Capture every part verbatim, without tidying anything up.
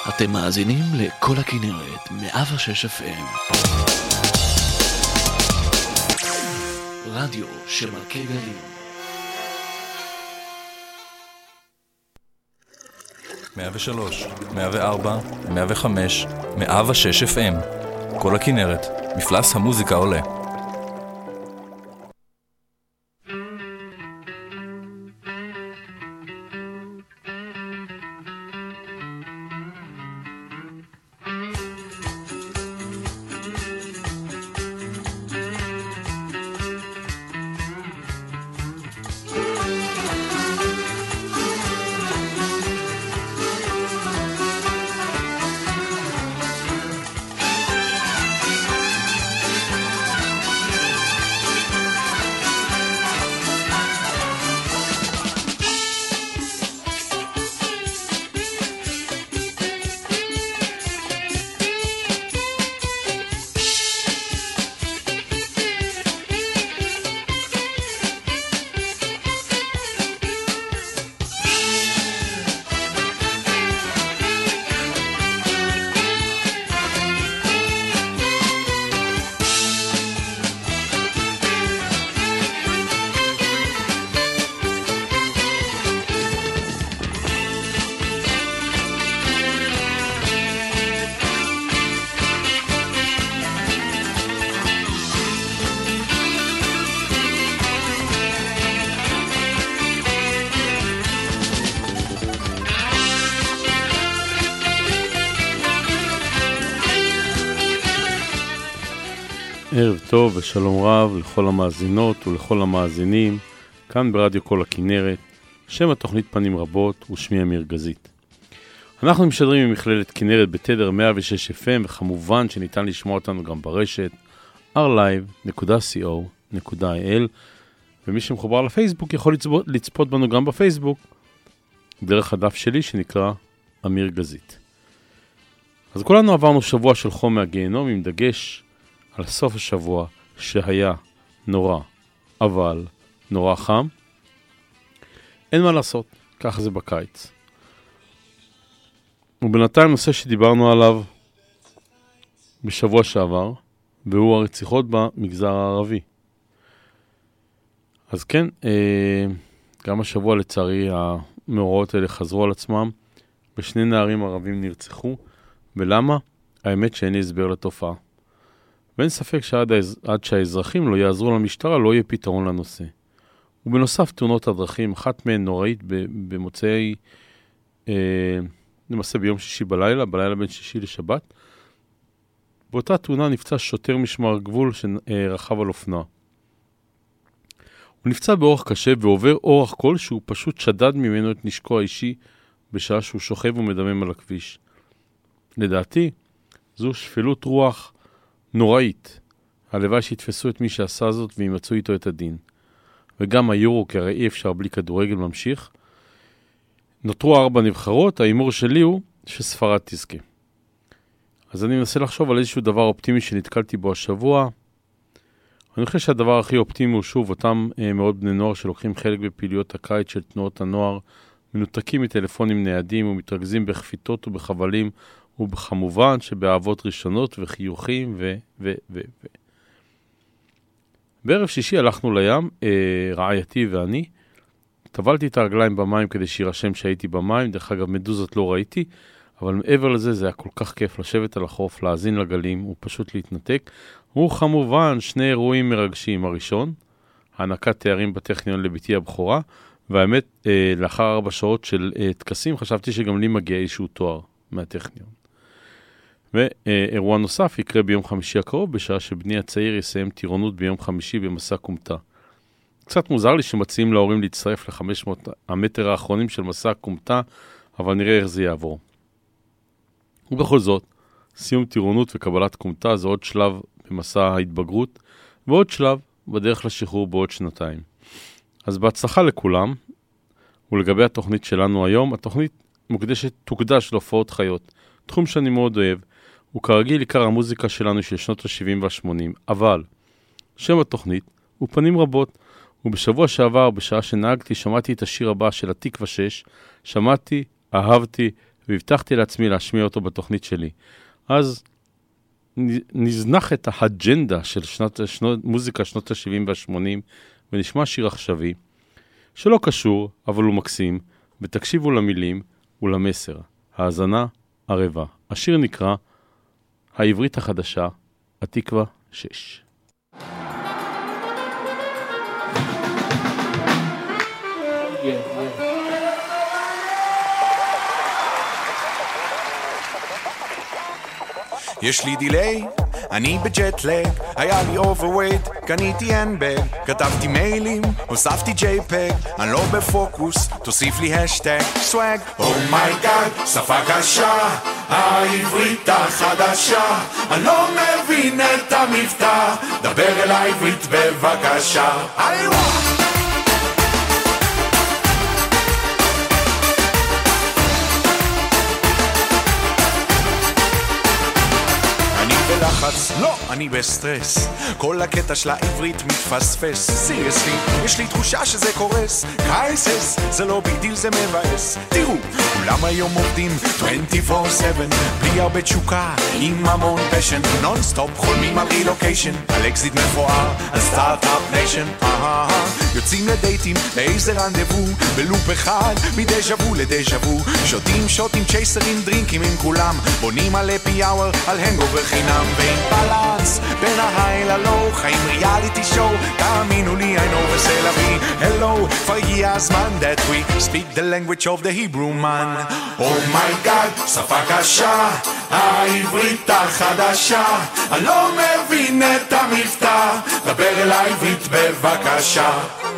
אתם מאזינים לכל הכנרת, מאה ושש אף אם. רדיו שמלכי גלים. מאה ושלוש, מאה וארבע, מאה וחמש, מאה ושש אף אם. כל הכנרת, מפלס המוזיקה עולה. ערב טוב ושלום רב לכל המאזינות ולכל המאזינים, כאן ברדיו כל הכנרת, שם התוכנית פנים רבות ושמי אמיר גזית. אנחנו משדרים ממכללת כנרת בתדר מאה ושש אף אם, וכמובן שניתן לשמוע אותנו גם ברשת אר לייב נקודה סי או נקודה איי אל, ומי שמחובר לפייסבוק יכול לצפות, לצפות בנו גם בפייסבוק, דרך הדף שלי שנקרא אמיר גזית. אז כולנו עברנו שבוע של חום מהגיהנום עם דגש על סוף השבוע שהיה נורא, אבל נורא חם. אין מה לעשות, ככה זה בקיץ. ובינתיים נושא שדיברנו עליו בשבוע שעבר, והוא הרציחות במגזר הערבי. אז כן, גם השבוע לצערי המאורעות האלה חזרו על עצמם, ושני נערים ערבים נרצחו, ולמה? האמת שאין לי הסבר לתופעה. ואין ספק שעד עד שהאזרחים לא יעזרו למשטרה, לא יהיה פתרון לנושא. ובנוסף, תאונות הדרכים, אחת מהן נוראית במוצאי, אה, למעשה ביום שישי בלילה, בלילה בין שישי לשבת. באותה תאונה נפצע שוטר משמר גבול שרכב על אופנוע. הוא נפצע באורח קשה ועובר אורח קול שהוא פשוט שדד ממנו את נשקו האישי בשעה שהוא שוכב ומדמם על הכביש. לדעתי, זו שפלות רוח נוראית. הלוואי שיתפסו את מי שעשה זאת וימצאו איתו את הדין. וגם היורו, כי הרי אי אפשר בלי כדורגל, ממשיך. נותרו ארבע נבחרות, האימור שלי הוא שספרד תזכה. אז אני מנסה לחשוב על איזשהו דבר אופטימי שנתקלתי בו השבוע. אני חושב שהדבר הכי אופטימי הוא שוב אותם אה, מאוד בני נוער שלוקחים חלק בפעילויות הקיץ של תנועות הנוער, מנותקים מטלפונים ניידים ומתרכזים בחפיתות ובחבלים, וכמובן שבאהבות ראשונות וחיוכים ו... ו... ו... ו... בערב שישי הלכנו לים, אה, רעייתי ואני, טבלתי את הרגליים במים כדי שירשם שהייתי במים, דרך אגב מדוזות לא ראיתי, אבל מעבר לזה זה היה כל כך כיף לשבת על החוף, להאזין לגלים ופשוט להתנתק. וכמובן שני אירועים מרגשים, הראשון, הענקת תארים בטכניון לביתי הבכורה, והאמת אה, לאחר ארבע שעות של אה, תקסים חשבתי שגם לי מגיע איזשהו תואר מהטכניון. ואירוע נוסף יקרה ביום חמישי הקרוב, בשעה שבני הצעיר יסיים טירונות ביום חמישי במסע קומטה. קצת מוזר לי שמציעים להורים להצטרף ל-חמש מאות המטר האחרונים של מסע קומטה, אבל נראה איך זה יעבור. ובכל זאת, סיום טירונות וקבלת קומטה זה עוד שלב במסע ההתבגרות, ועוד שלב בדרך לשחרור בעוד שנתיים. אז בהצלחה לכולם, ולגבי התוכנית שלנו היום, התוכנית מוקדשת, תוקדש להופעות חיות, תחום שאני מאוד אוהב, הוא כרגיל עיקר המוזיקה שלנו של שנות ה-שבעים וה-שמונים, אבל שם התוכנית הוא פנים רבות, ובשבוע שעבר, בשעה שנהגתי, שמעתי את השיר הבא של התקווה שש, שמעתי, אהבתי והבטחתי לעצמי להשמיע אותו בתוכנית שלי. אז נזנח את האג'נדה של שנות, שנות, מוזיקה שנות ה-שבעים וה-שמונים, ונשמע שיר עכשווי, שלא קשור, אבל הוא מקסים, ותקשיבו למילים ולמסר. האזנה ערבה. השיר נקרא העברית החדשה, התקווה שש. יש לי דיליי, אני בג'טלג, היה לי אוברווייט, קניתי הנבג, כתבתי מיילים, הוספתי ג'יי-פג, אני לא בפוקוס, תוסיף לי השטג, סווג. אומייגאד, שפה קשה, העברית החדשה, אני לא מבין את המבטא, דבר אל העברית בבקשה. איווה! לחץ, לא, אני בסטרס, כל הקטע של העברית מתפספס. סיריוסלי, יש לי תחושה שזה קורס, קייסס, זה לא ביג דיל, זה מבאס. תראו, כולם היום עובדים עשרים וארבע שבע, בלי הרבה תשוקה, עם המון פשן, נון סטופ, חולמים על רילוקיישן, על אקזיט מפואר, על סטארט-אפ ניישן. יוצאים לדייטים, לאיזה רנדבו, בלופ אחד, מדז'בו לדז'בו, שותים שוטים, צ'ייסרים, דרינקים עם כולם, בונים על אפי אאואר, על הנגובר חינם, ואין בלנס בין ההיי ללא, חיים ריאליטי שואו, תאמינו לי, I know וסלבי, hello, כבר הגיע הזמן that we speak the language of the Hebrew man. Oh my God, שפה קשה, העברית החדשה, אני לא מבין את המבטא, דבר אל העברית בבקשה.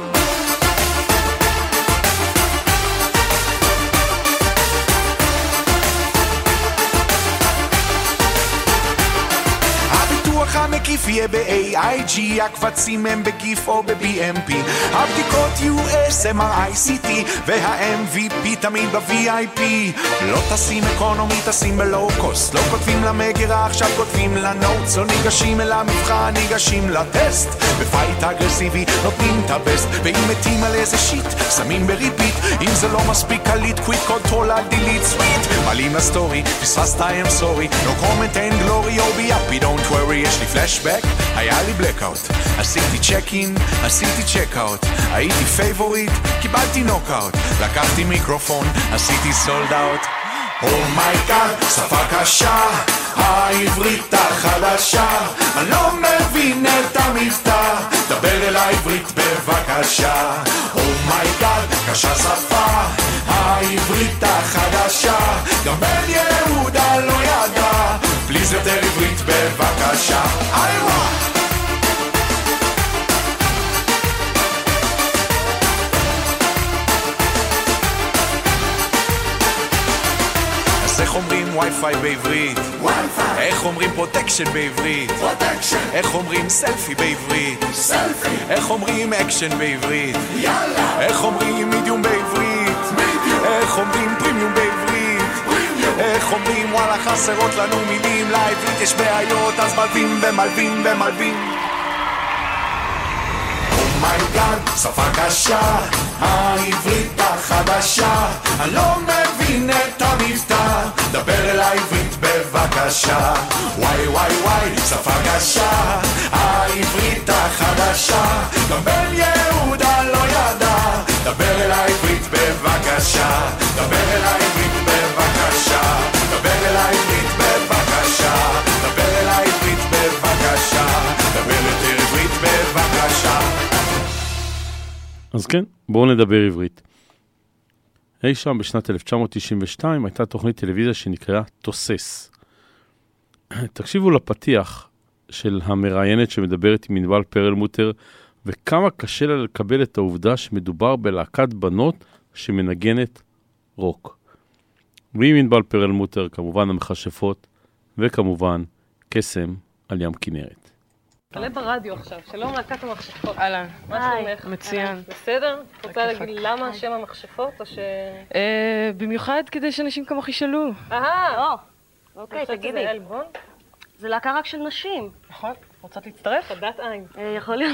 המקיף יהיה ב-איי איי ג'י, הקבצים הם בגיף או ב-בי אם פי, הבדיקות יו אס, אם אר איי, סי טי וה-אם וי פי תמיד ב-וי איי פי. לא טסים אקונומי, טסים בלואו-קוסט, לא כותבים למגירה, עכשיו כותבים לנוטס, לא ניגשים אל המבחן, ניגשים לטסט, בפייט אגרסיבי נותנים את הבסט, ואם מתים על איזה שיט, שמים בריפיט, אם זה לא מספיק קליט, קוויט קונטרול על דילית סוויט, מעלים לסטורי, פספסת I'm sorry, no comment and glory, oh be happy, don't worry, יש לי פלשבק, היה לי בלקאוט, עשיתי צ'ק אין, עשיתי צ'ק אאוט, הייתי פייבוריט, קיבלתי נוקאוט, לקחתי מיקרופון, עשיתי סולד אאוט. אומייגאד, שפה קשה, העברית החדשה, אני לא מבין את המבטא, דבר אל העברית בבקשה. אומייגאד, קשה שפה, העברית החדשה, גם בן יהודה לא ידע, פליז יותר עברית בבקשה. איווה! איך אומרים וי-פיי בעברית? וי-פיי. איך אומרים פרוטקשן בעברית? פרוטקשן. איך אומרים סלפי בעברית? סלפי. איך אומרים אקשן בעברית? יאללה. איך אומרים מידיום בעברית? מידיום. איך אומרים פרימיום בעברית? פרימיום. איך אומרים וואלה חסרות לנו מילים, לעברית יש בעיות אז מלווים ומלווים ומלווים. אומייגאד, שפה קשה, העברית החדשה, אני לא מבין את המבטא, דבר אל העברית בבקשה. וואי וואי וואי, שפה קשה, העברית החדשה, גם בן יהודה לא ידע, דבר אל העברית בבקשה, דבר אל העברית בבקשה, דבר אל העברית בבקשה, דבר אל העברית בבקשה, דבר יותר עברית בבקשה. אז כן, בואו נדבר עברית. אי שם בשנת אלף תשע מאות תשעים ושתיים הייתה תוכנית טלוויזיה שנקראה תוסס. תקשיבו לפתיח של המראיינת שמדברת עם ענבל פרלמוטר, וכמה קשה לה לקבל את העובדה שמדובר בלהקת בנות שמנגנת רוק. ועם ענבל פרלמוטר, כמובן המכשפות, וכמובן קסם על ים כנרת. עלה ברדיו עכשיו, שלום להקת המכשפות. אהלן. מה שלומך? מצוין. בסדר? את רוצה להגיד למה שם המכשפות או ש... במיוחד כדי שאנשים כמוך ישאלו. אהה! אוקיי, תגידי. זה להקה רק של נשים. נכון. רוצות להצטרף? עדת עין. יכול להיות.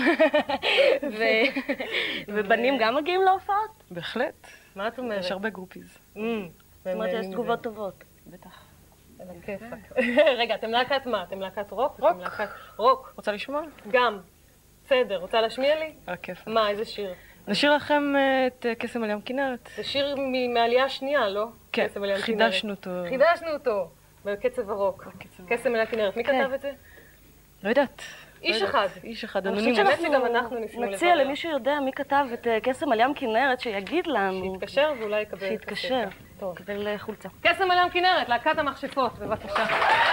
ובנים גם מגיעים להופעות? בהחלט. מה את אומרת? יש הרבה גרופיז. זאת אומרת, יש תגובות טובות. בטח. על הכיפק. רגע, אתם להקת מה? אתם להקת רוק? רוק. אתם להקת רוק. רוצה לשמוע? גם. בסדר, רוצה להשמיע לי? על הכיפק. מה, איזה שיר? נשאיר לכם אה, את אה, קסם על ים כנרת. זה שיר מ- מהעלייה השנייה, לא? כן, קסם על ים חידשנו אותו. כנרת. חידשנו אותו. בקצב הרוק. קסם על ים כנרת. מי כן. כתב את זה? לא יודעת. איש לא יודעת. אחד. איש אחד, אני אנונימי. חושבת שגם אנחנו ניסינו לברר. נציע למי שיודע מי כתב את אה, קסם על ים כנרת, שיגיד לנו. שיתקשר ואולי יקבל את שיתקשר. הספר. טוב. קבל אה, חולצה. קסם על ים כנרת, להקת המכשפות, בבקשה.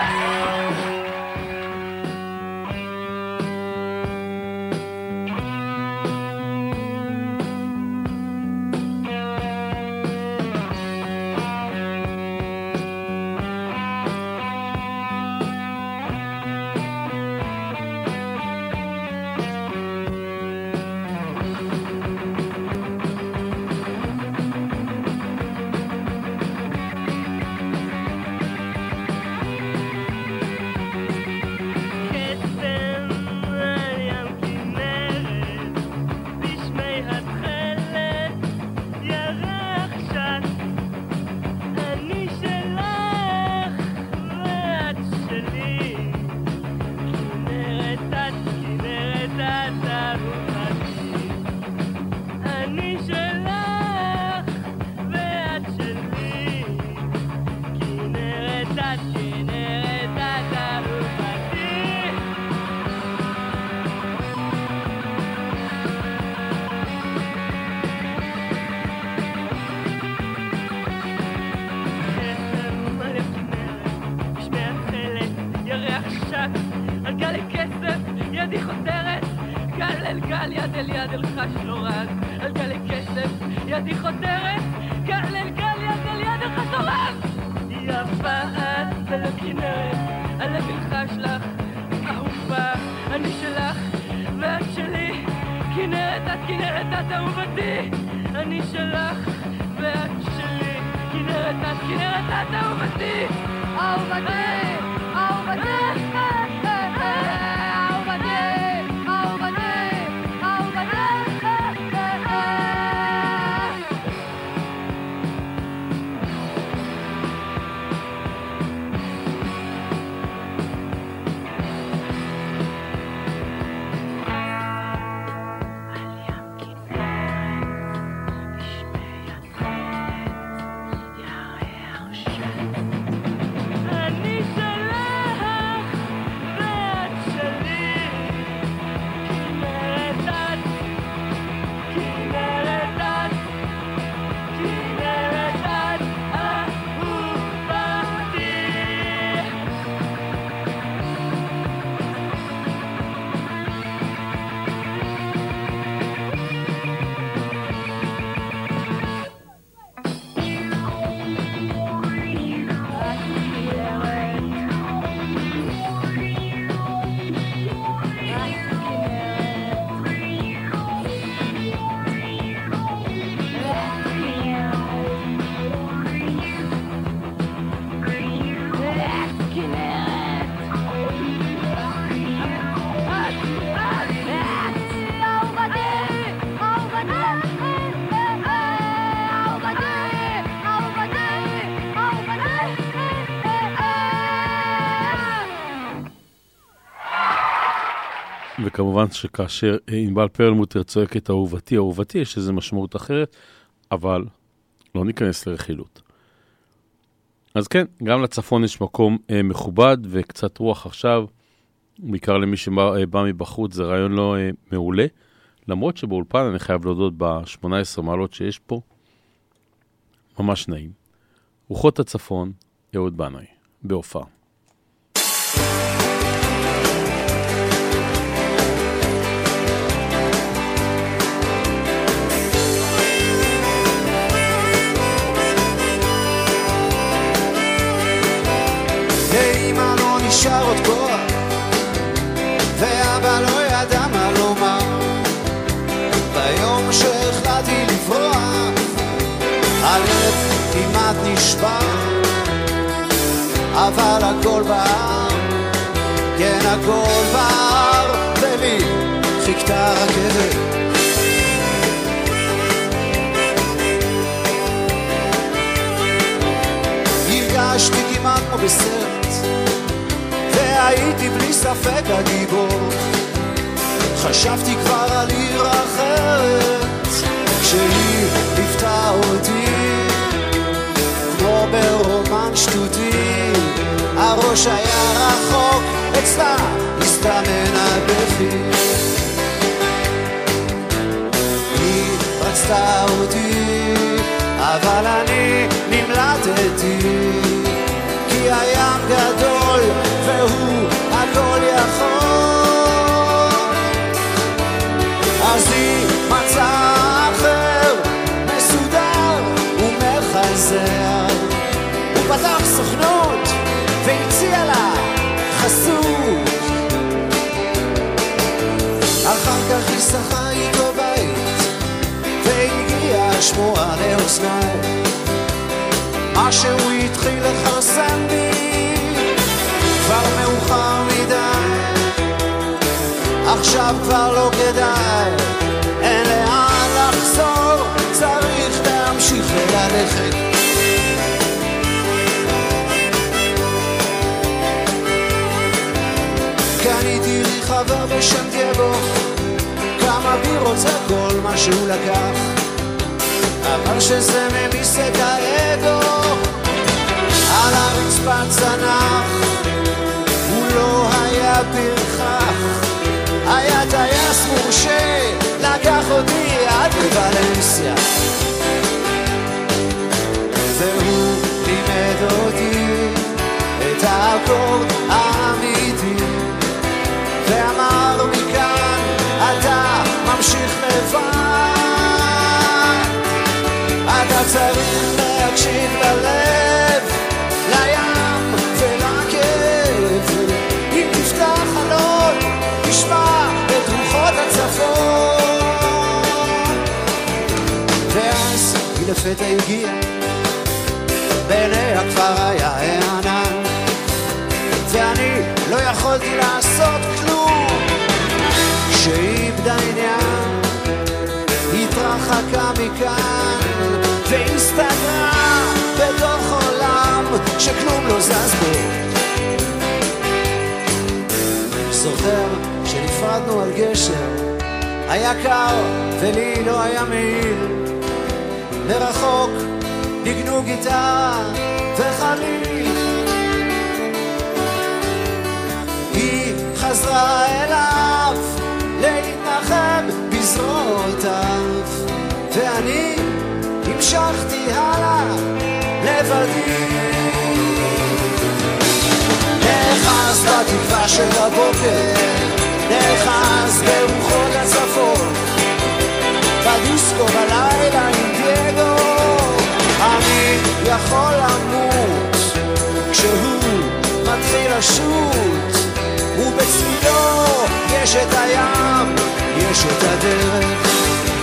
על גל כסף, ידי חותרת, גל אל גל, יד אל יד אל חש לא רז. על גל כסף, ידי חותרת, גל אל גל, יד אל יד אל חש לא רז. יפה את ולא כנרת, הלב ילחש לך, אהובה, אני שלך ואת שלי. כנרת את כנרת את אהובתי, אני שלך ואת שלי. כנרת את כנרת את אהובתי, אהובתי, אהובתי. וכמובן שכאשר ענבל פרלמוטר צועקת אהובתי, אהובתי, יש איזו משמעות אחרת, אבל לא ניכנס לרכילות. אז כן, גם לצפון יש מקום אה, מכובד וקצת רוח עכשיו, בעיקר למי שבא אה, מבחוץ, זה רעיון לא אה, מעולה, למרות שבאולפן אני חייב להודות ב-שמונה עשרה מעלות שיש פה, ממש נעים. רוחות הצפון, אהוד בנאי, בהופעה. לאמא לא נשאר עוד כוח, ואבא לא ידע מה לומר. ביום שהחלטתי לברוח, הלב כמעט נשבר, אבל הכל בער, כן הכל בער, ולי חיכתה רכבת. הרגשתי כמעט כמו בסרט, והייתי בלי ספק הגיבור. חשבתי כבר על עיר אחרת, כשהיא ליוותה אותי כמו ברומן שטותי. הראש היה רחוק, אצלה הסתמן הבכי. היא רצתה אותי, אבל אני נמלטתי, כי הים גדול והוא הכל יכול. אז היא מצאה אחר, מסודר ומחזר. הוא פתח סוכנות והציע לה חסות. אחר כך היא שכה איתו בית, והגיעה שמועה לאוזניי. משהו התחיל לחרסן בי, כבר מאוחר מדי. עכשיו כבר לא כדאי, אין לאן לחזור, צריך להמשיך וללכת. קניתי לי חבר בשם דייגו, כמה בירות זה כל מה שהוא לקח, אבל שזה ממיס את האגו. על הרצפה צנח, הוא לא היה פרחח, היה טייס מורשה, לקח אותי עד לוולנסיה. והוא לימד אותי את האקורד האמיתי, ואמר מכאן אתה ממשיך לבד. אתה צריך להקשיב ללב, לים ולכאב. אם תפתח חלון תשמע את רוחות הצפון. ואז היא לפתע הגיעה, בעיני הכפר היה הענן, ואני לא יכולתי לעשות כלום. שאיבדה עניין, התרחקה מכאן והסתגרה בתוך עולם שכלום לא זז בו. זוכר שנפרדנו על גשר, היה קר ולי לא היה מעיל. מרחוק ניגנו גיטרה וחליל. היא חזרה אליו להתנחם בזרועותיו, ואני המשכתי הלאה לבדי. נחז בתקווה של הבוקר, נחז ברוחות הצפון, בדיסקו בלילה עם דייגו. אני יכול למות כשהוא מתחיל לשוט, ובצדו יש את הים, יש את הדרך.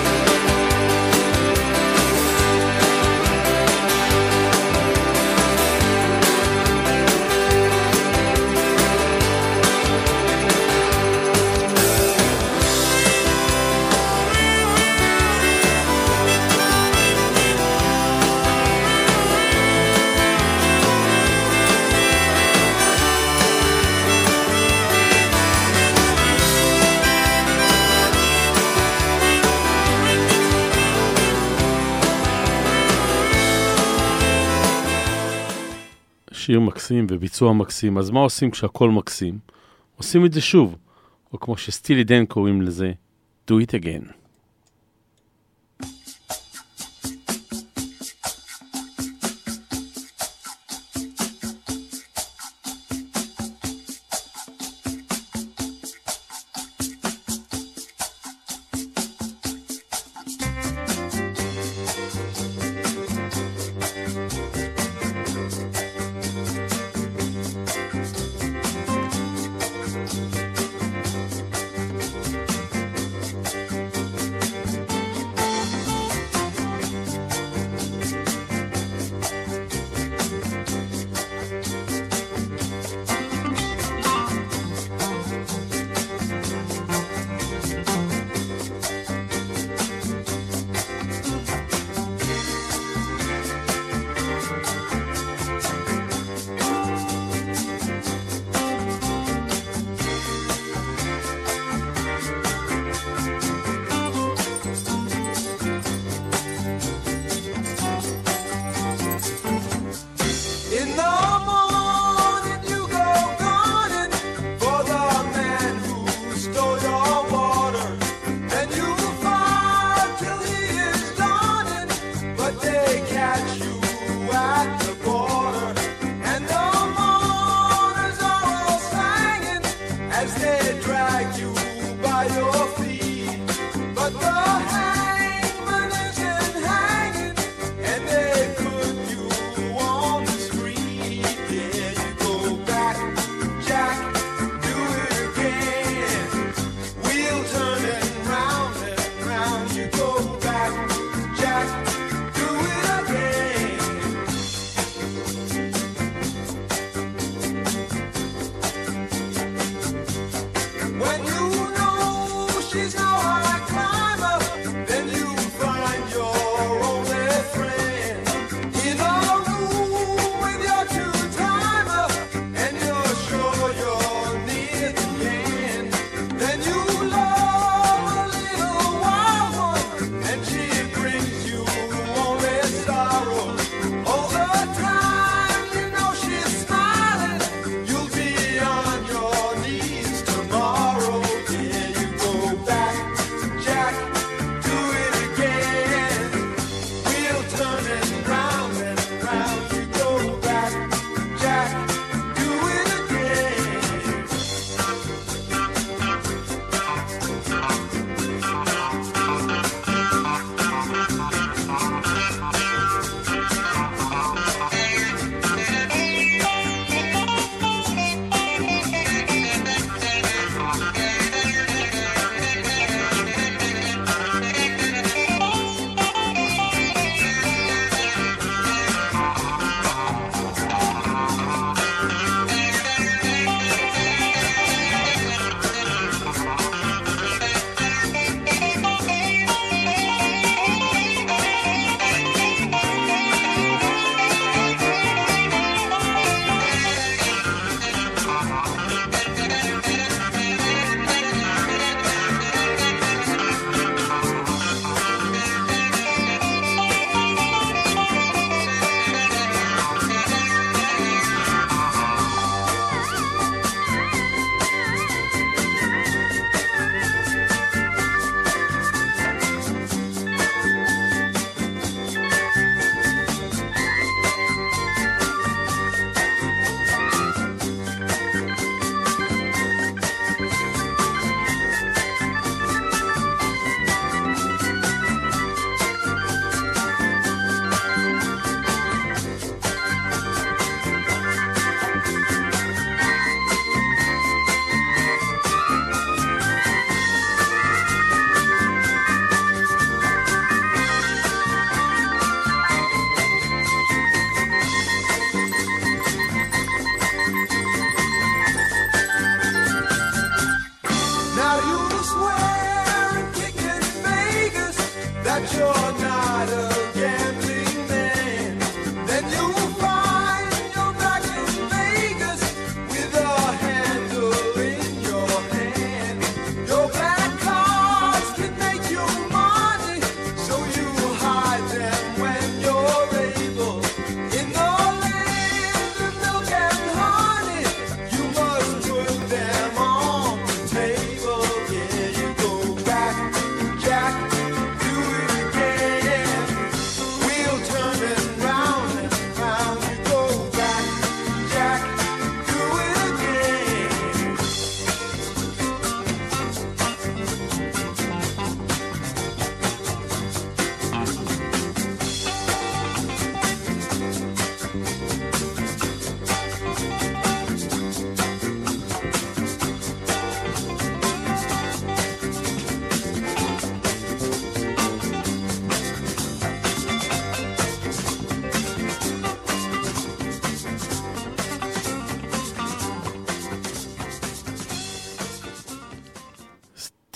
שיר מקסים וביצוע מקסים. אז מה עושים כשהכל מקסים? עושים את זה שוב, או כמו שסטילי דן קוראים לזה, do it again.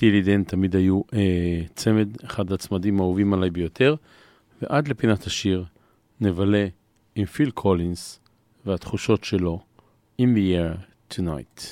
סטילי דן תמיד היו אה, צמד, אחד הצמדים האהובים עליי ביותר, ועד לפינת השיר נבלה עם פיל קולינס והתחושות שלו In the Air Tonight.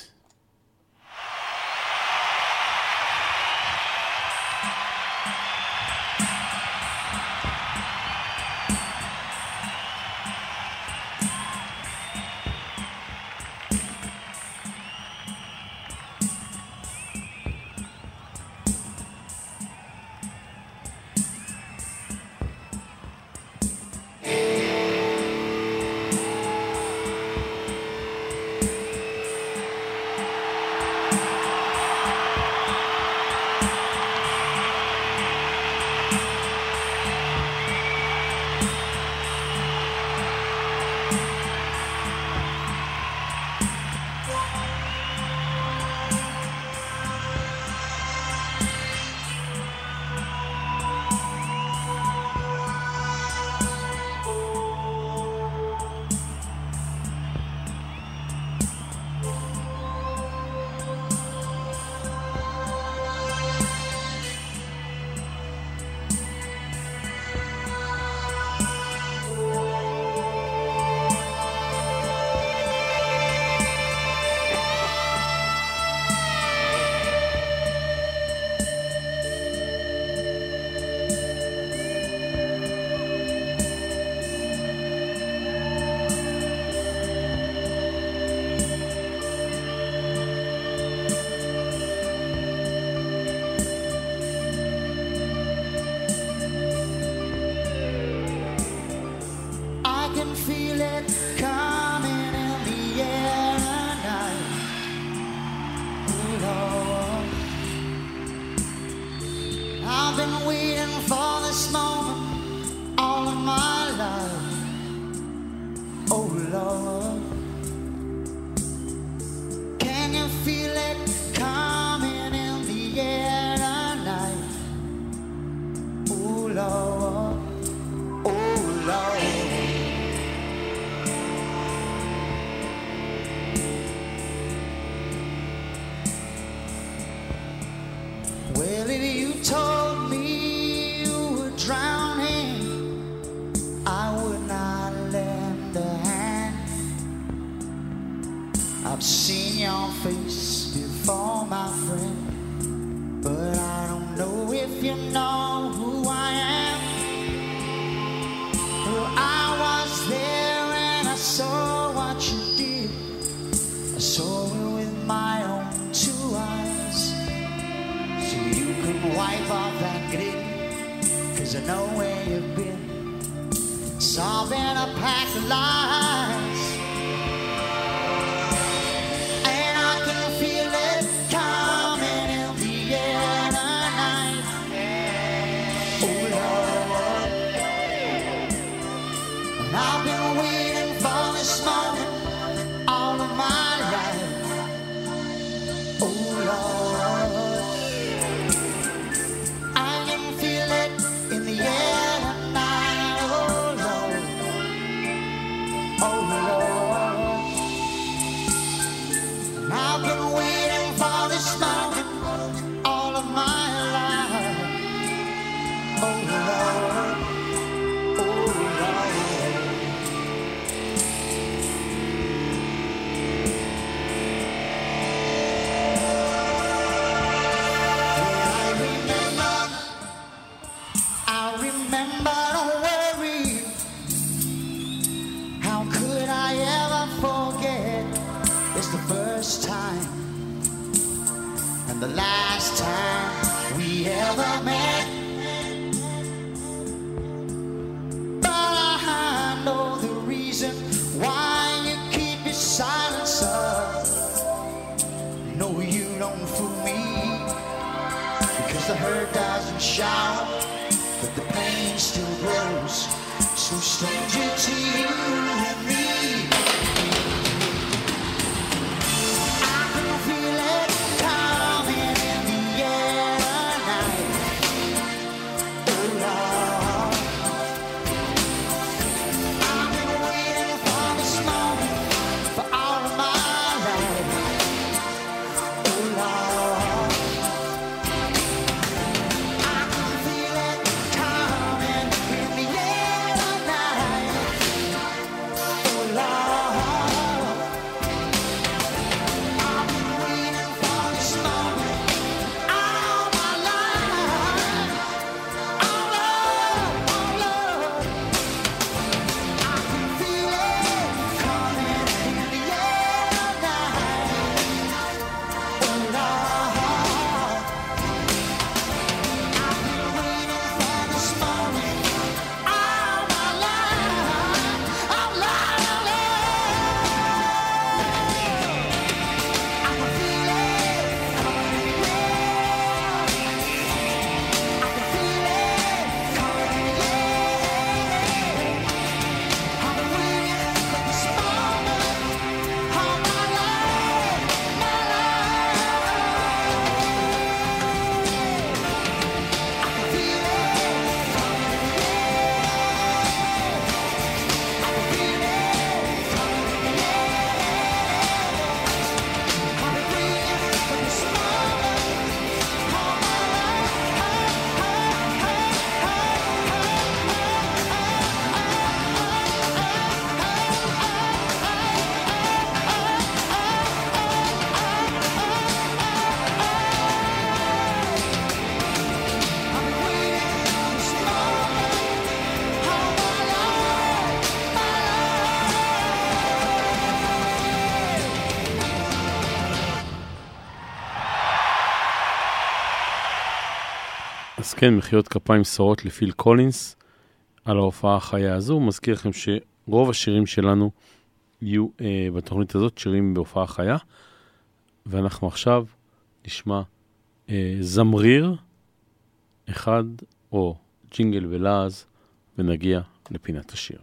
אז כן, מחיאות כפיים סורות לפיל קולינס על ההופעה החיה הזו. מזכיר לכם שרוב השירים שלנו יהיו אה, בתוכנית הזאת שירים בהופעה חיה, ואנחנו עכשיו נשמע אה, זמריר אחד או ג'ינגל ולעז, ונגיע לפינת השיר.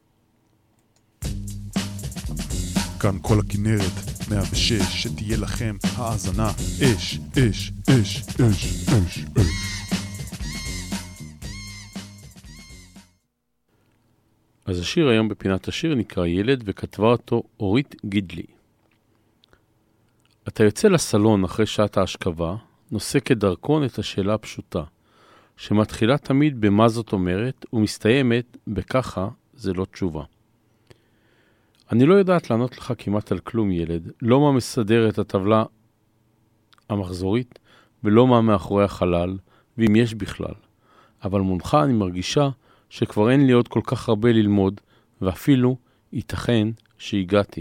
כאן כל הכנרת מאה ושש, שתהיה לכם האזנה אש, אש, אש, אש, אש, אש. אז השיר היום בפינת השיר נקרא ילד, וכתבה אותו אורית גידלי. אתה יוצא לסלון אחרי שעת ההשכבה, נושא כדרכון את השאלה הפשוטה, שמתחילה תמיד במה זאת אומרת, ומסתיימת בככה זה לא תשובה. אני לא יודעת לענות לך כמעט על כלום ילד, לא מה מסדר את הטבלה המחזורית, ולא מה מאחורי החלל, ואם יש בכלל. אבל מונך אני מרגישה שכבר אין לי עוד כל כך הרבה ללמוד, ואפילו ייתכן שהגעתי.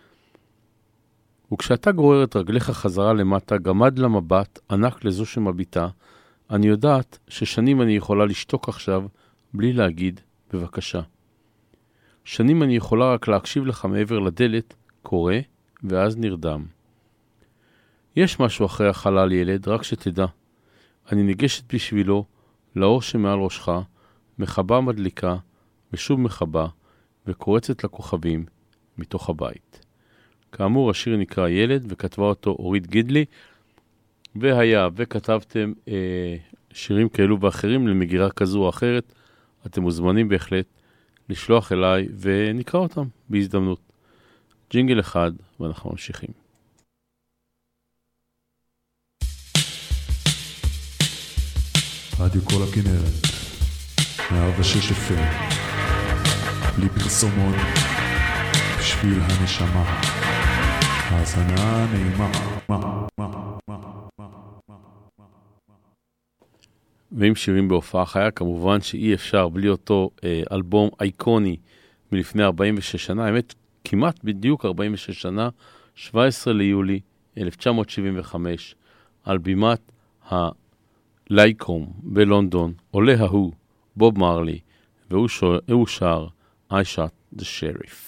וכשאתה גורר את רגליך חזרה למטה, גמד למבט, ענק לזו שמביטה, אני יודעת ששנים אני יכולה לשתוק עכשיו, בלי להגיד, בבקשה. שנים אני יכולה רק להקשיב לך מעבר לדלת, קורא, ואז נרדם. יש משהו אחרי החלל ילד, רק שתדע. אני ניגשת בשבילו, לאור שמעל ראשך, מחבה מדליקה, ושוב מחבה, וקורצת לכוכבים, מתוך הבית. כאמור, השיר נקרא ילד, וכתבה אותו אורית גידלי, והיה, וכתבתם אה, שירים כאלו ואחרים למגירה כזו או אחרת, אתם מוזמנים בהחלט לשלוח אליי, ונקרא אותם בהזדמנות. ג'ינגל אחד, ואנחנו ממשיכים. רדיו כל הכנרת, מאה ושש אף אם, בלי פרסומות, בשביל הנשמה, האזנה נעימה. ועם שירים בהופעה חיה, כמובן שאי אפשר בלי אותו אה, אלבום אייקוני מלפני ארבעים ושש שנה, האמת כמעט בדיוק ארבעים ושש שנה, שבעה עשר ליולי אלף תשע מאות שבעים וחמש, על בימת הלייקום בלונדון, עולה ההוא, בוב מרלי, והוא שר, שר I Shot the Sheriff.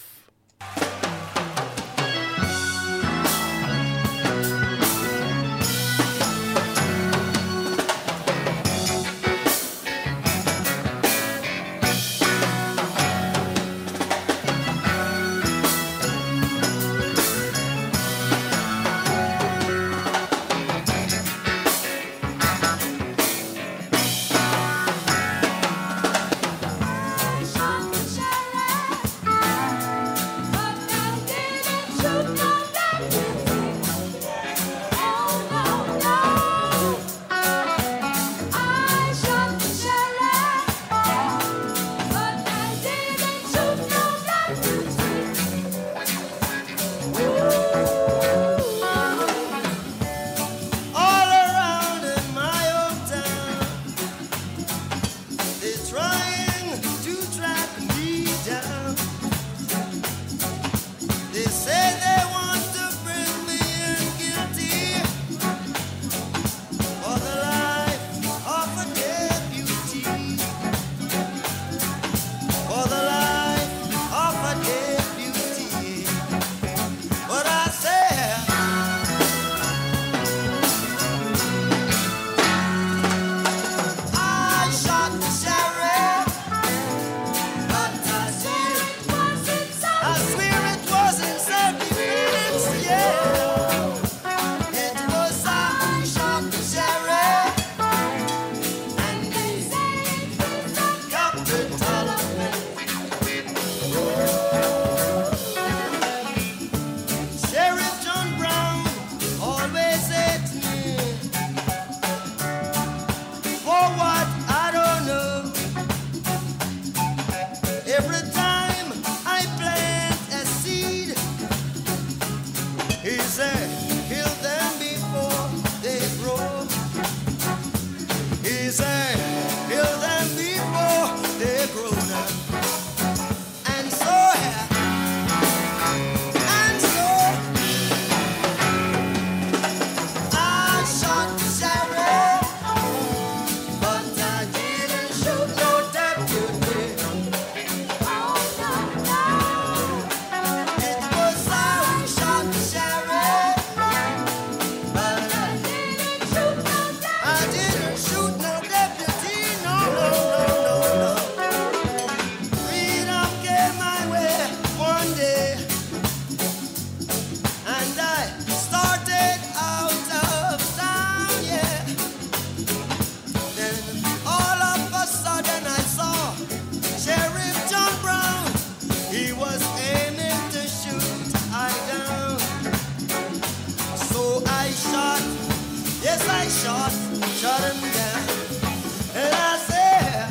shot, shot him down. And I said,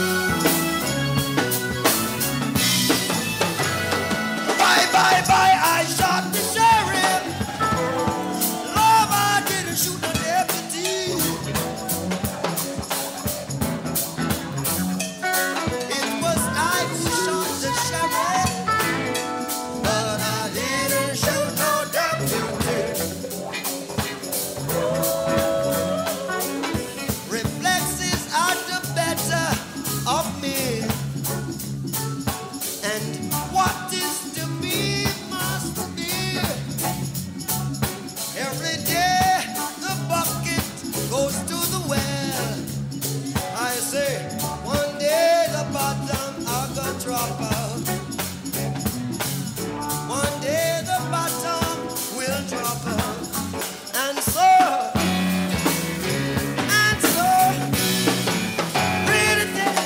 bye, bye, bye, I shot the sheriff. Love, I didn't shoot the deputy. It was I who shot the sheriff, but I didn't shoot no deputy. Reflexes are the better of me, and what is to be must be. Every day the bucket goes to the well. I say one day the bottom are gonna drop out. One day the bottom will drop out. And so, and so, pretty day.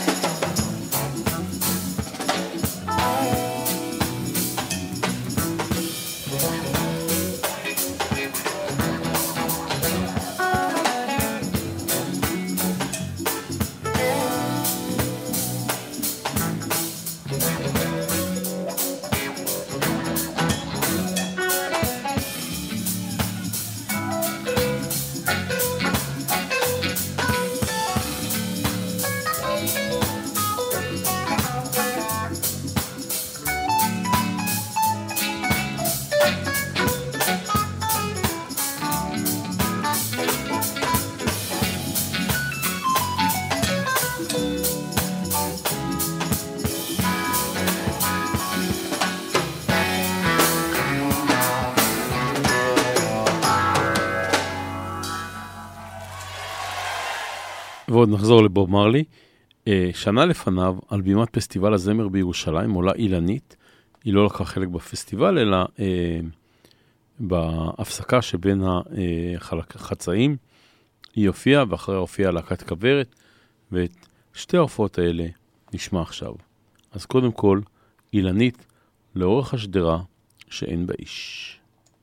ועוד נחזור לבוב מרלי. שנה לפניו, על בימת פסטיבל הזמר בירושלים, עולה אילנית. היא לא לקחה חלק בפסטיבל, אלא אה, בהפסקה שבין החצאים. היא הופיעה, ואחריה הופיעה להקת כוורת, ואת שתי ההופעות האלה נשמע עכשיו. אז קודם כל, אילנית לאורך השדרה שאין בה איש.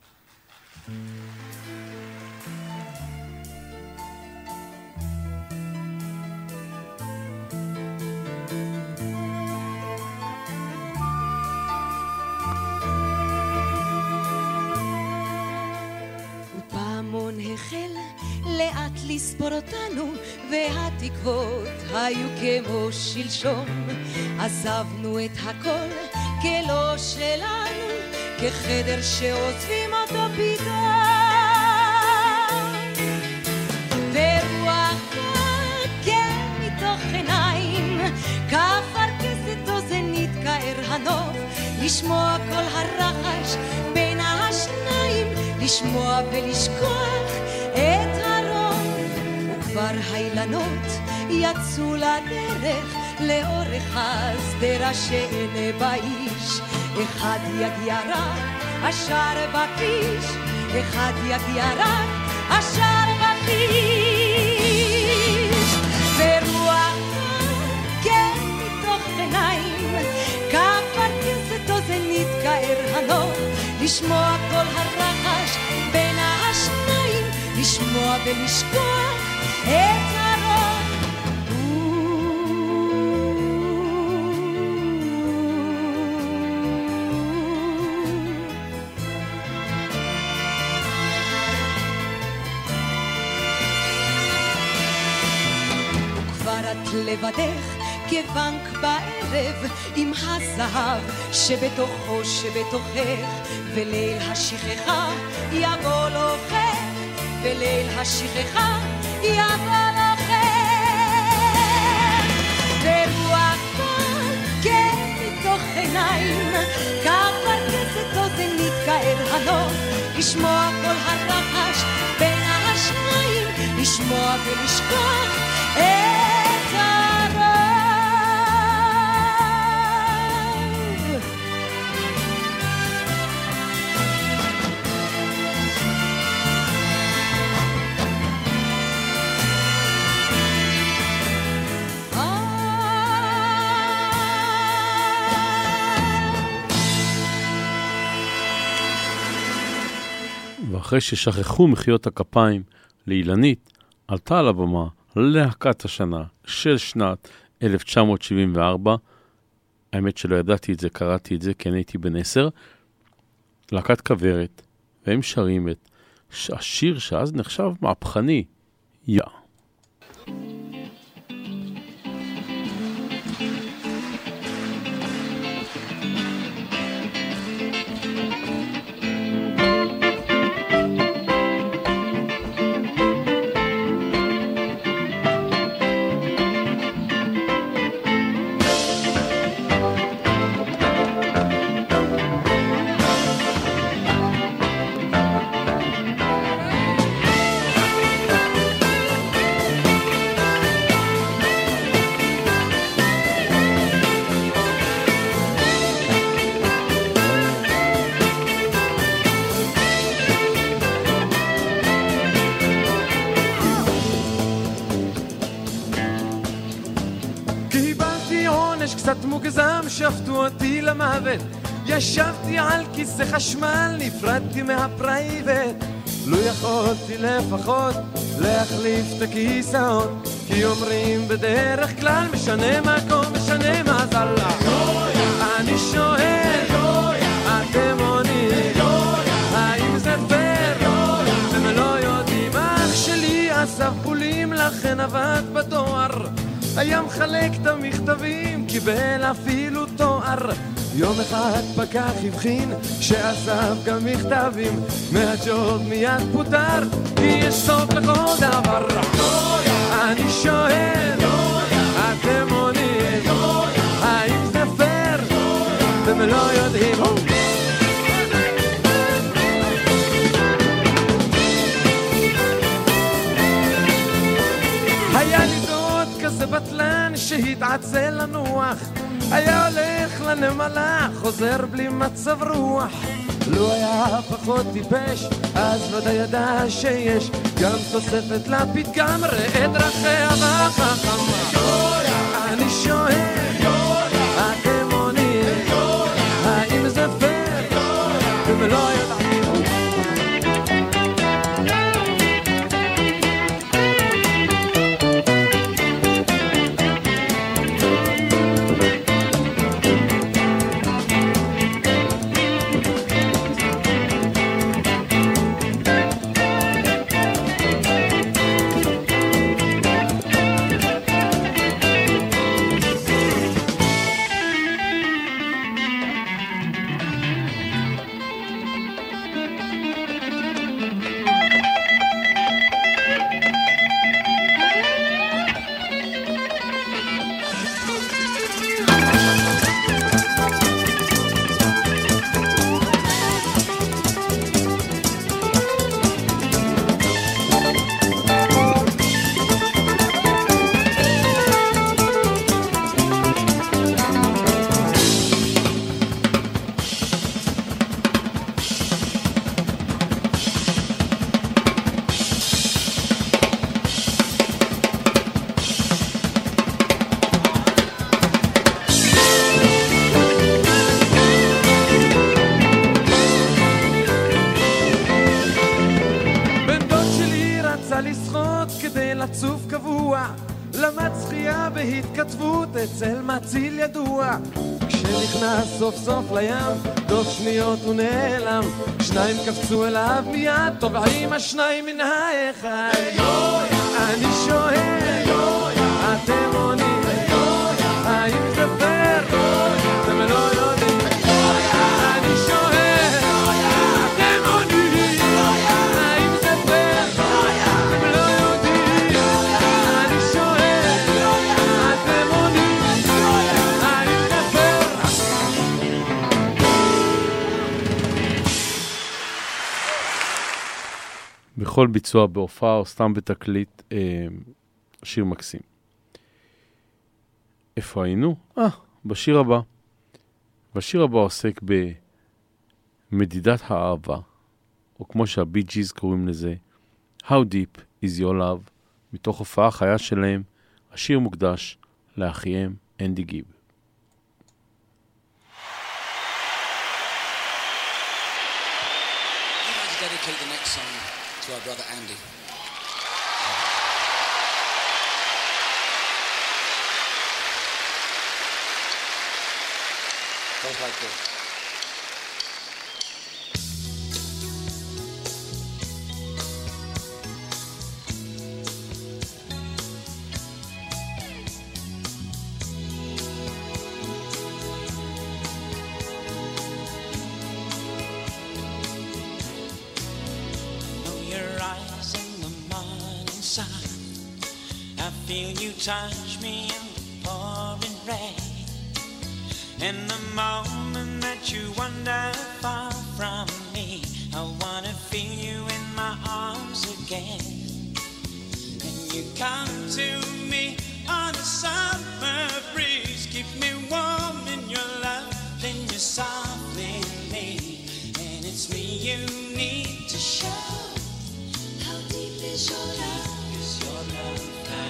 פעמון החל לאט לספור אותנו, והתקוות היו כמו שלשום. עזבנו את הכל כלא שלנו, כחדר שעוזבים אותו פתאום. ורוח כן מתוך עיניים, כפרכסת אוזנית כאר הנוף, לשמוע כל הרחש בין השניים, לשמוע ולשכוח את הרוב. וכבר האילנות יצאו לדרך לאורך השדרה שאין בה איש. אחד יגיע רק השאר בכביש, אחד יגיע רק השאר בכביש. ורוח כן מתוך עיניים, כפרכסת אוזנית כאר הנוף, לשמוע כל הרחש בין השניים, לשמוע ולשכוח את הרוב. את לבדך כבנק בערב עם הזהב שבתוכו שבתוכך, וליל השכחה יבוא לוחך, וליל השכחה יבוא לוחך. ורוח קול כן מתוך עיניים, כפרכסת אוזנית כאר הנוף, לשמוע כל הרחש בין השניים, לשמוע ולשכוח את הרוב. ואחרי ששכחו מחיאות הכפיים לאילנית, עלתה על הבמה להקת השנה של שנת אלף תשע מאות שבעים וארבע, האמת שלא ידעתי את זה, קראתי את זה, כי אני הייתי בן עשר, להקת כברת, והם שרים את השיר שאז נחשב מהפכני, יא. קצת מוגזם, שפטו אותי למוות, ישבתי על כיסא חשמל, נפרדתי מהפרייבט, לא יכולתי לפחות להחליף את הכיסאות, כי אומרים בדרך כלל משנה מקום, משנה מזל. אני שואל, אתם עונים, האם זה פייר? אתם לא יודעים, אח שלי אסף בולים, לכן עבד בדואר, היה מחלק את המכתבים, קיבל אפילו תואר. יום אחד פקח הבחין שאסף גם מכתבים, מהג'וב מיד פוטר, כי יש סוף לכל דבר. אני שואל, אתם עונים, האם זה פייר? אתם לא יודעים. היה לי דוד כזה בטלן שהתעצל לנוח, היה הולך לנמלה, חוזר בלי מצב רוח. לא היה פחות טיפש, אז לא ידע שיש גם תוספת לפתגם, ראה דרכיה בחכמה. אני שואל, אתם עונים, האם זה פייר? אתם לא יודעים. אצל מציל ידוע, כשנכנס סוף סוף לים, תוך שניות הוא נעלם, שניים קפצו אליו מיד, טובעים השניים מן האחד. אני שואל, אתם עונים, האם זה פייר? אתם לא יודעים. אני שואל, אתם עונים, האם זה פייר? אתם לא יודעים. אני שואל, אתם עונים, האם זה פייר? בכל ביצוע בהופעה או סתם בתקליט, שיר מקסים. איפה היינו? אה, בשיר הבא. בשיר הבא עוסק במדידת האהבה, או כמו שהבי ג'יז קוראים לזה, How Deep is Your Love, מתוך הופעה חיה שלהם, השיר מוקדש לאחיהם אנדי גיב. I'd like to dedicate the next song to our brother Andy. things like this. Feel you touch me in the pouring rain. In the moment that you wander far from me, I wanna feel you in my arms again. And you come to me on a summer breeze, keep me warm in your love, then you softly leave. And it's me you need to show. How deep is your love? Is your love now?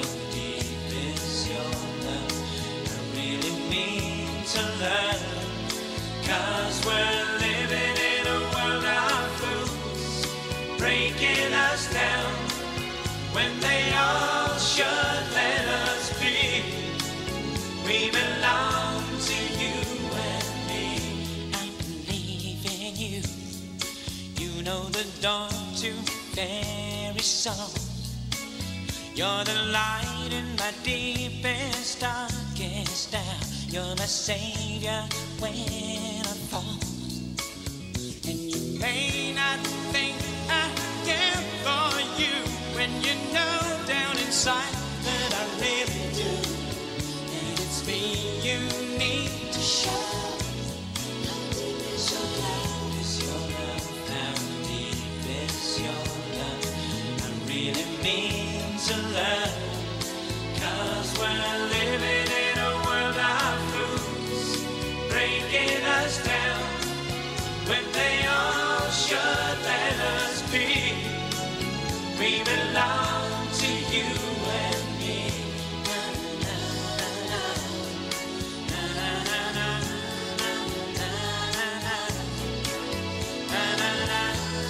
To learn, 'cause we're living in a world of fools, breaking us down when they all should let us be. We belong to you and me. I believe in you. You know the door to very soul. You're the light in my deepest, darkest hour. You're my savior when I fall. And you may not think I care for you when you know down inside that I really do. And it's me you need to show. How deep is your love? Is your love? How deep is your love? I really mean to love. 'Cause we're living in a world of fools, breaking us down when they all should let us be. We belong to you and me. Na, na, na, na. Na, na, na, na. Na, na, na, na. Na, na, na.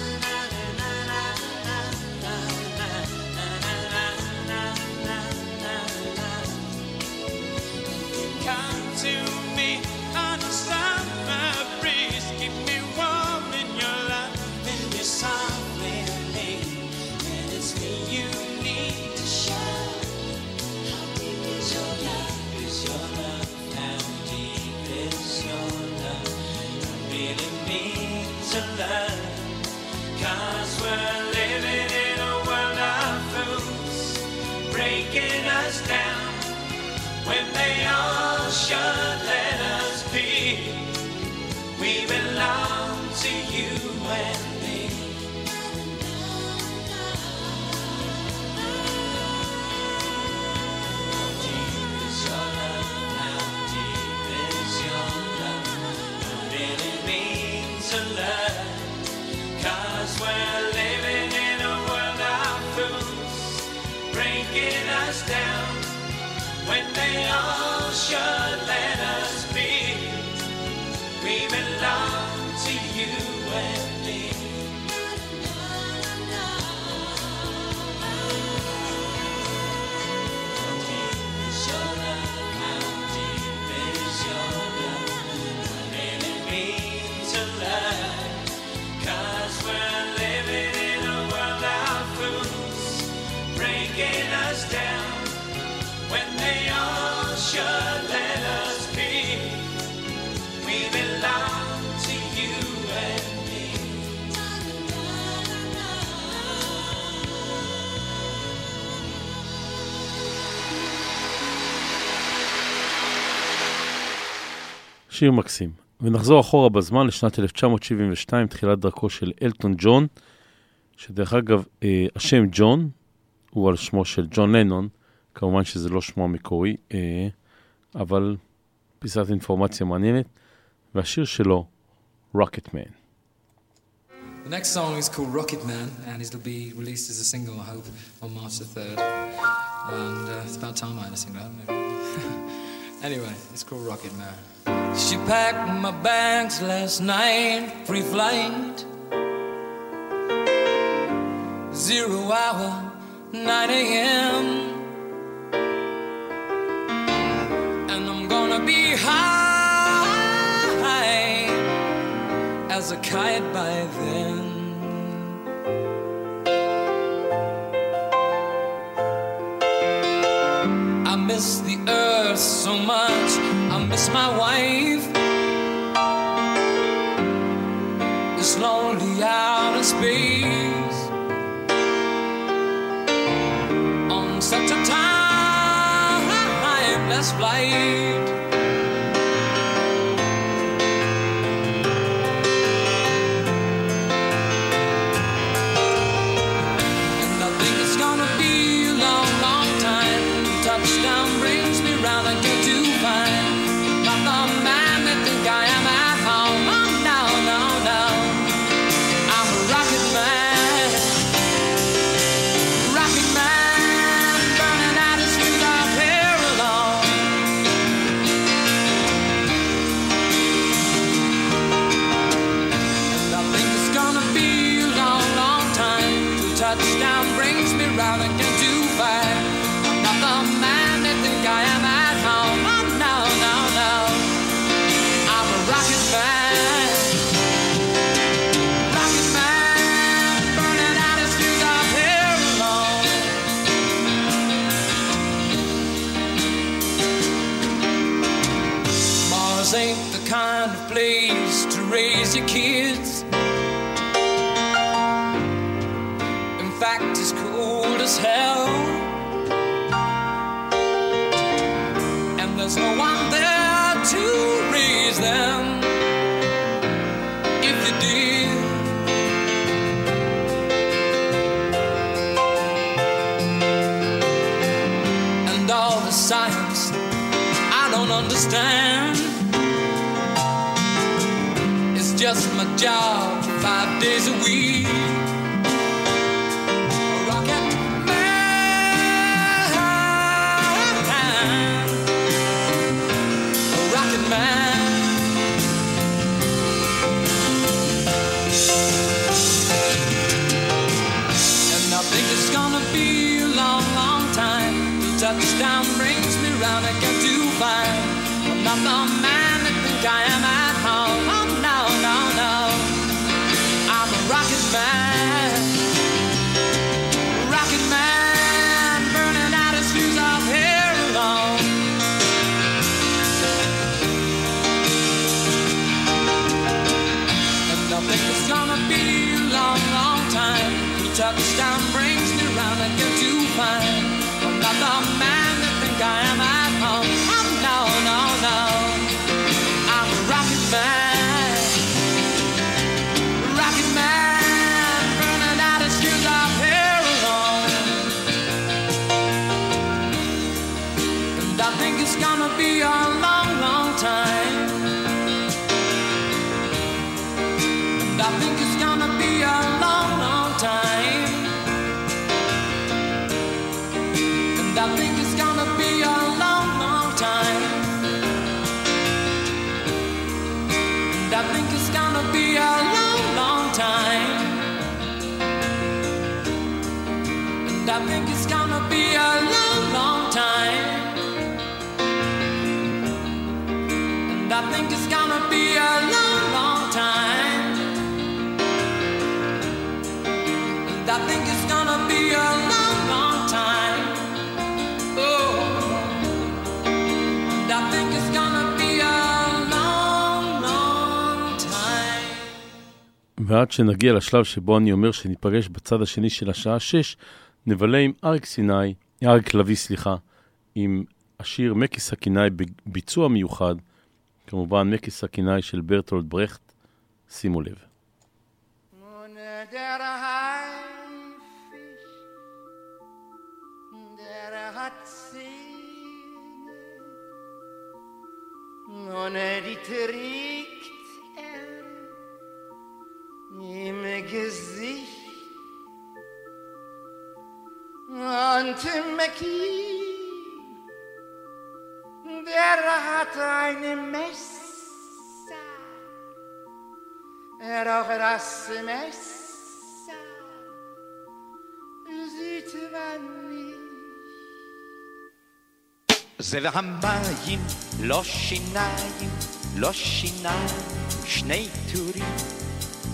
To me on a summer breeze, keep me warm in your love, then you softly leave. And it's me you need to show. How deep is your love? Is your love? How deep is your love? I really mean to love. 'Cause we're living in a world of fools, breaking us down when they all should let us be. We belong to you and me. How deep is your love? How deep is your love? I really mean to love. 'Cause we're living in a world of fools, breaking us down when they all should let us be. We belong to you and me. How deep is your love? How deep is your love? I really mean to love. 'Cause we're living in a world of fools, breaking us down when they all should let us be. We belong to you and me. שיר מקסים. ונחזור אחורה בזמן לשנת אלף תשע מאות שבעים ושתיים, תחילת דרכו של אלטון ג'ון, שדרך אגב, אה, השם ג'ון הוא על שמו של ג'ון לנון, כמובן שזה לא שמו המקורי, אה, אבל פיסת אינפורמציה מעניינת, והשיר שלו, Rocket Man. The next song is called Rocket Man, and it'll be released as a single, I hope, on March the third. And uh, it's about time I had a single, hasn't it? Anyway, it's called Rocket Man. She packed my bags last night, pre-flight. Zero hour, nine a.m. And I'm gonna be high as a kite by then. I miss the earth so much, I miss my wife. This lonely out in space, on such a timeless flight. Touchdown brings me round again to find not the man that think I am at home. Oh, no, no, no. I'm a rocket man, rocket man, burning out his fuse out here alone. And I think it's gonna be a long, long time till touchdown brings me round again to find the man that think I am at home. Oh, no, no, no. I'm a rocket man, rocket man, burning out his fuse out here alone. Mars ain't the kind of place to raise your kids. In fact, it's cold as hell. There's no one there to raise them. If you did, and all the science I don't understand, it's just my job five days a week. Touchdown brings me round again to find I'm not the man that think I am at home. Oh, no, no, no. I'm a rocket man, rocket man, burning out his fuse out here alone. And I think it's gonna be a long, long time till touchdown brings me round again to find not the man that think I am at home. Oh, no, no, no. I'm a rocket man, rocket man, burning out his fuse out here alone. And I think it's gonna be a long, long time. And I think it's gonna be a long, long time. I think it's gonna be a long, long time. And I think it's gonna be a long, long time. And I think it's gonna be a long, long time. And I think it's gonna be a long, long time. And I think it's gonna be a long, long time. ועד שנגיע לשלב שבו אני אומר שניפגש בצד השני של השעה שש, נבלה עם אריק סיני, אריק לוי, סליחה, עם השיר מקי סכינאי בביצוע מיוחד, כמובן מקי סכינאי של ברטולד ברכט. שימו לב. Nun die trägt er im Gesicht und Mäcki, der hat eine Messer, er auch das Messer sieht man nicht. זה והמים, לא שיניים, לא שיניים, שני טורים,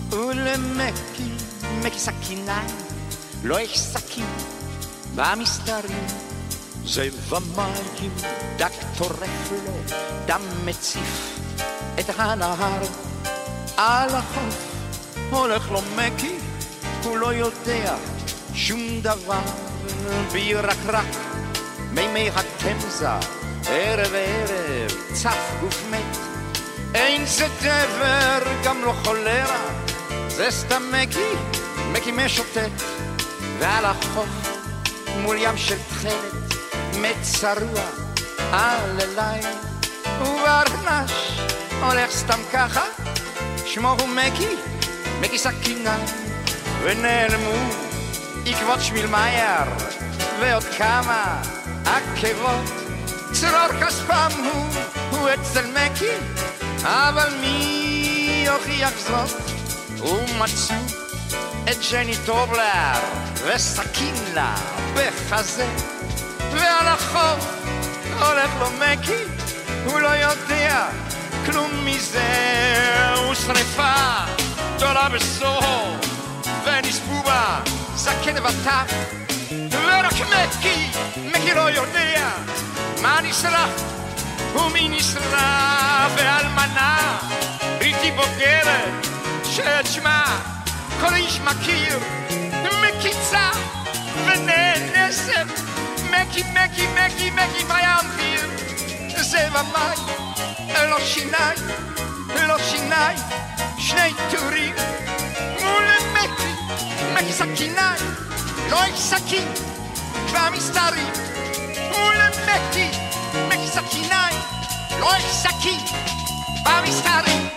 ולמקי, מקי סכיניים, לא יש סכין במסתרים. זה ומים, דק טורף לו, דם מציף את הנהר. על החוף הולך לו מקי, הוא לא יודע שום דבר. בירקרק מימי התמזה, ערב ערב צף גוף מת. אין זה דבר, גם לא חולרה, זה סתם מקי, מקי משוטט. ועל החוף מול ים של תכלת מצרוע על הלילה, וברנש הולך סתם ככה, שמו הוא מקי, מקי סכינה. ונעלמו עקבות שמיל מאייר ועוד כמה עקבות, צרור כספם הוא, הוא אצל מקי, אבל מי יוכיח זאת? ומצאו את ג'ני טובלר וסכין לה בחזה. ועל החוף הולך לו מקי, הוא לא יודע כלום מזה. הוא שריפה גדולה בסוהו ונספו בה זקן וטף, ורק מקי, מקי לא יודע מה נשרף ומי נשרף. ואלמנה בלתי בוגרת שאת שמה כל איש מכיר, מקיצה ונאנסת, מקי מקי מקי מקי וימחיר. זה ומים, לא שיניים, לא שיניים, שני טורים מול מקי, מקי סכיניים, לא יש סכין במסתרים. מול מקי, מקי סכיניים, לא יש סכין במסתרים.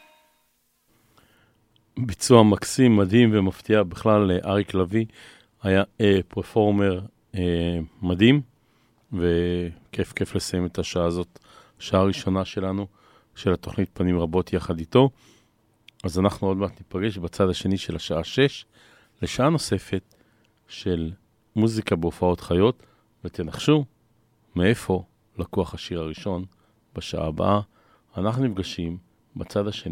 ביצוע מקסים, מדהים ומפתיע. בכלל אריק לוי היה אה, פרפורמר אה, מדהים, וכיף כיף לסיים את השעה הזאת, השעה הראשונה שלנו, של התוכנית פנים רבות יחד איתו. אז אנחנו עוד מעט ניפגש בצד השני של השעה שש, לשעה נוספת של מוזיקה בהופעות חיות, ותנחשו מאיפה לקוח השיר הראשון בשעה הבאה. אנחנו נפגשים בצד השני